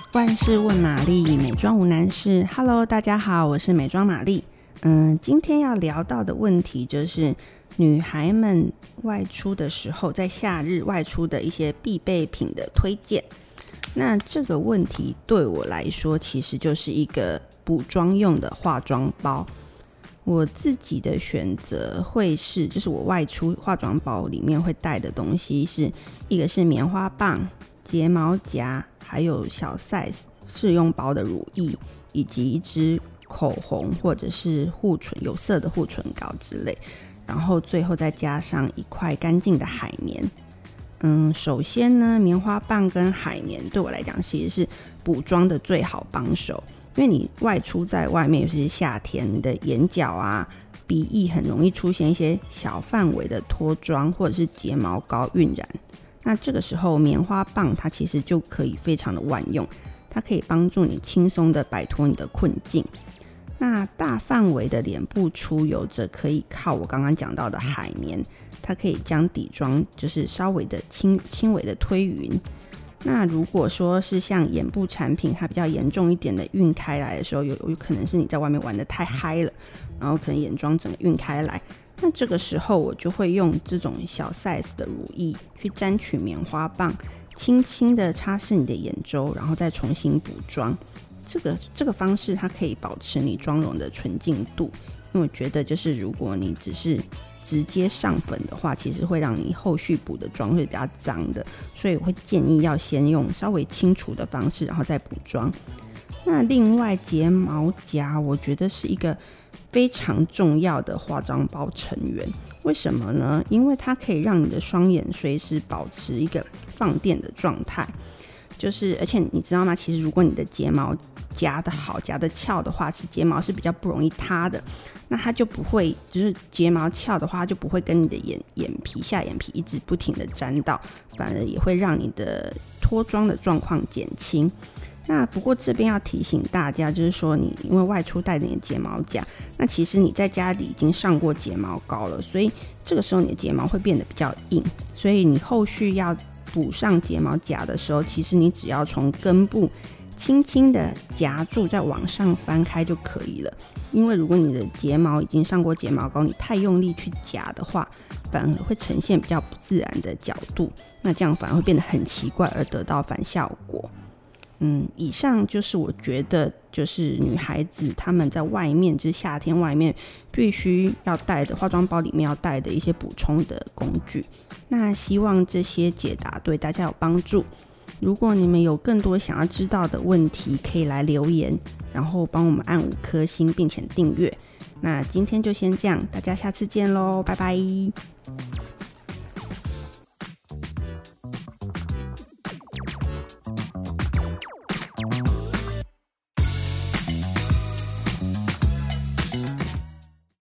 万事问玛丽，美妆无难事。Hello， 大家好，我是美妆玛丽。今天要聊到的问题就是女孩们外出的时候，在夏日外出的一些必备品的推荐。那这个问题对我来说，其实就是一个补妆用的化妆包。我自己的选择会是，就是我外出化妆包里面会带的东西是一个是棉花棒、睫毛夹，还有小 size 试用包的乳液，以及一支口红或者是护唇有色的护唇膏之类，然后最后再加上一块干净的海绵。首先呢，棉花棒跟海绵对我来讲其实是补妆的最好帮手，因为你外出在外面，尤其是夏天，你的眼角啊、鼻翼很容易出现一些小范围的脱妆或者是睫毛膏晕染。那这个时候棉花棒它其实就可以非常的万用，它可以帮助你轻松的摆脱你的困境。那大范围的脸部出油则可以靠我刚刚讲到的海绵，它可以将底妆就是稍微的轻微的推匀。那如果说是像眼部产品它比较严重一点的晕开来的时候，有可能是你在外面玩得太嗨了，然后可能眼妆整个晕开来，那这个时候我就会用这种小 size 的乳液去沾取棉花棒，轻轻的擦拭你的眼周，然后再重新补妆。这个方式它可以保持你妆容的纯净度，因为我觉得就是如果你只是直接上粉的话，其实会让你后续补的妆会比较脏的，所以我会建议要先用稍微清除的方式，然后再补妆。那另外睫毛夹，我觉得是一个非常重要的化妆包成员。为什么呢？因为它可以让你的双眼随时保持一个放电的状态。而且你知道吗？其实如果你的睫毛夹得好、夹得翘的话，睫毛是比较不容易塌的。那它就不会，就是睫毛翘的话，就不会跟你的眼皮、下眼皮一直不停的沾到，反而也会让你的脱妆的状况减轻。那不过这边要提醒大家，就是说你因为外出带着你的睫毛夹，那其实你在家里已经上过睫毛膏了，所以这个时候你的睫毛会变得比较硬，所以你后续要补上睫毛夹的时候，其实你只要从根部轻轻的夹住，再往上翻开就可以了。因为如果你的睫毛已经上过睫毛膏，你太用力去夹的话，反而会呈现比较不自然的角度，那这样反而会变得很奇怪，而得到反效果。以上就是我觉得就是女孩子她们在外面，就是夏天外面必须要带的化妆包里面要带的一些补充的工具。那希望这些解答对大家有帮助。如果你们有更多想要知道的问题，可以来留言，然后帮我们按5颗星并且订阅。那今天就先这样，大家下次见咯，拜拜。